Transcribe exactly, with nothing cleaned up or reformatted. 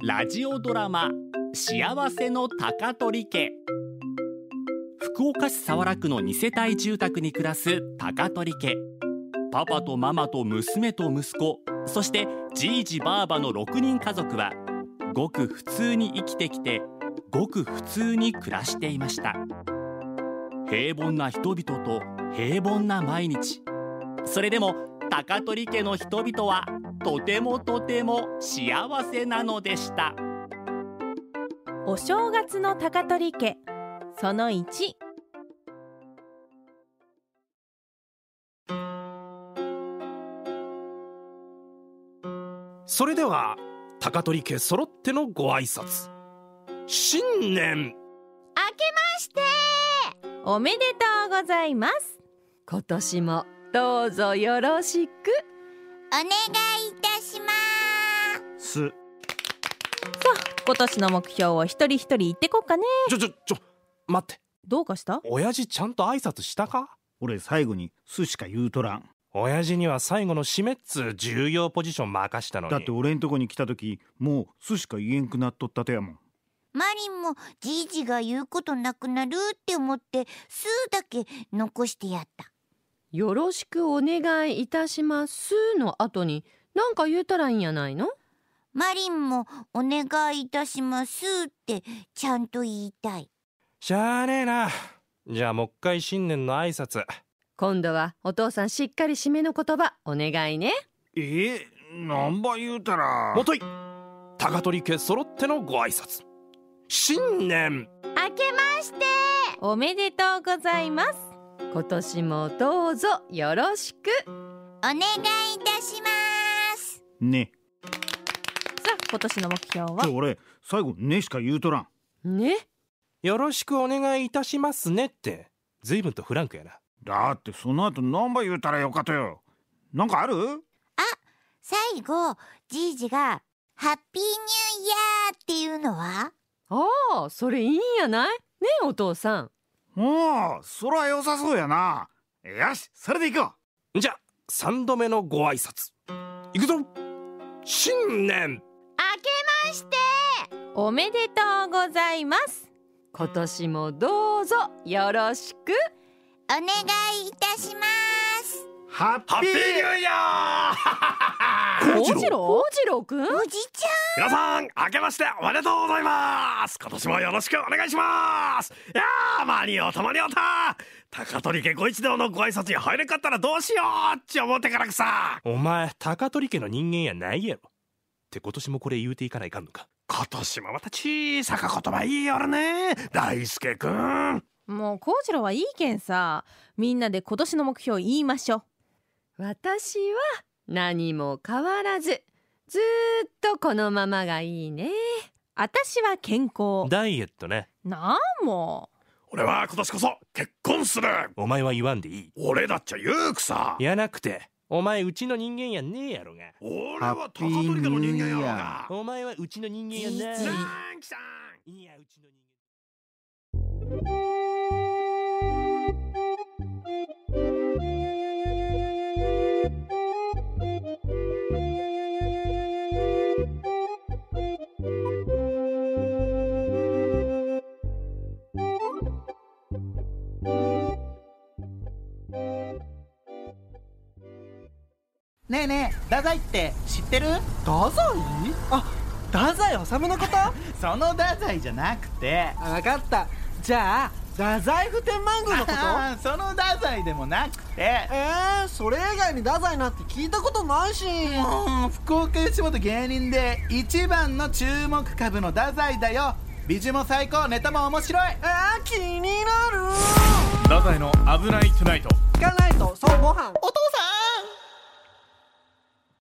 ラジオドラマ幸せの高取家。福岡市早良区のに世帯住宅に暮らす高取家。パパとママと娘と息子、そしてじいじばあばのろくにん家族はごく普通に生きてきて、ごく普通に暮らしていました。平凡な人々と平凡な毎日。それでも高取家の人々はとてもとても幸せなのでした。 お正月の高取家そのいち。 それでは高取家揃ってのご挨拶。新年明けましておめでとうございます。 今年もどうぞよろしくお願いいたしますさあ、今年の目標を一人一人言ってこっかね。 ちょちょちょ待って、 どうかした？ 親父ちゃんと挨拶したか？ 俺最後にすしか言うとらん。 親父には最後の締めっつ重要ポジション任したのに。 だって俺んとこに来た時もうすしか言えんくなっとったとやもん。 マリンもじいじが言うことなくなるって思ってスーだけ残してやった。 よろしくお願いいたしますの後に何か言うたらいいんやないの？ マリンもお願いいたしますってちゃんと言いたい。 しゃあねえな。じゃあもう一回新年の挨拶。 今度はお父さんしっかり締めの言葉お願いね。 えー、なんば言うたらもとい高取家揃ってのご挨拶。新年明けましておめでとうございます。 今年もどうぞよろしくお願いいたしますね。 さあ、今年の目標は？ 俺最後ねしか言うとらん。 ね。 よろしくお願いいたしますねって随分とフランクやな。 だってその後なんば言うたらよかとよ。なんかある？ あ、最後じいじがハッピーニューイヤーっていうのは？ ああ、それいいんやないねえお父さん。 おお、そら良さそうやな。よし、それでいこう。じゃ三度目のご挨拶いくぞ。新年明けましておめでとうございます。 今年もどうぞよろしくお願いいたします。 ハッピーハッピーニューイヤー。 幸次郎幸次郎くん、 おじちゃん、 皆さん明けましておめでとうございます。今年もよろしくお願いします。いやー、間に合うた間に合うた。高取家ご一同のご挨拶に入れんかったらどうしようって思ってからくさ。お前高取家の人間やないやろって今年もこれ言うていかないかんのか。今年もまた小さか言葉言いよるね大輔くん。 もう幸次郎はいいけんさ、みんなで今年の目標言いましょう。 私は何も変わらずずーっとこのままがいいね。 私は健康。 ダイエットね。 なんも俺は今年こそ結婚する。お前は言わんでいい。俺だっちゃ言うくさ。やなくてお前うちの人間やねえやろが。俺は高取家の人間やろが。お前はうちの人間やな。 じいじいやうちの人間。 ねえねえ、太宰って知ってる？ 太宰？あ、太宰治のことその太宰じゃなくて。 分かった。じゃあ太宰府天満宮のこと？ あその太宰でもなくて。 えー、それ以外に太宰なんて聞いたことないし。 もう福岡吉本芸人で一番の注目株の太宰だよ。美女も最高、ネタも面白い。 えー、気になる。 太宰の危ないトゥナイト。 聞かないとそうご飯。 お父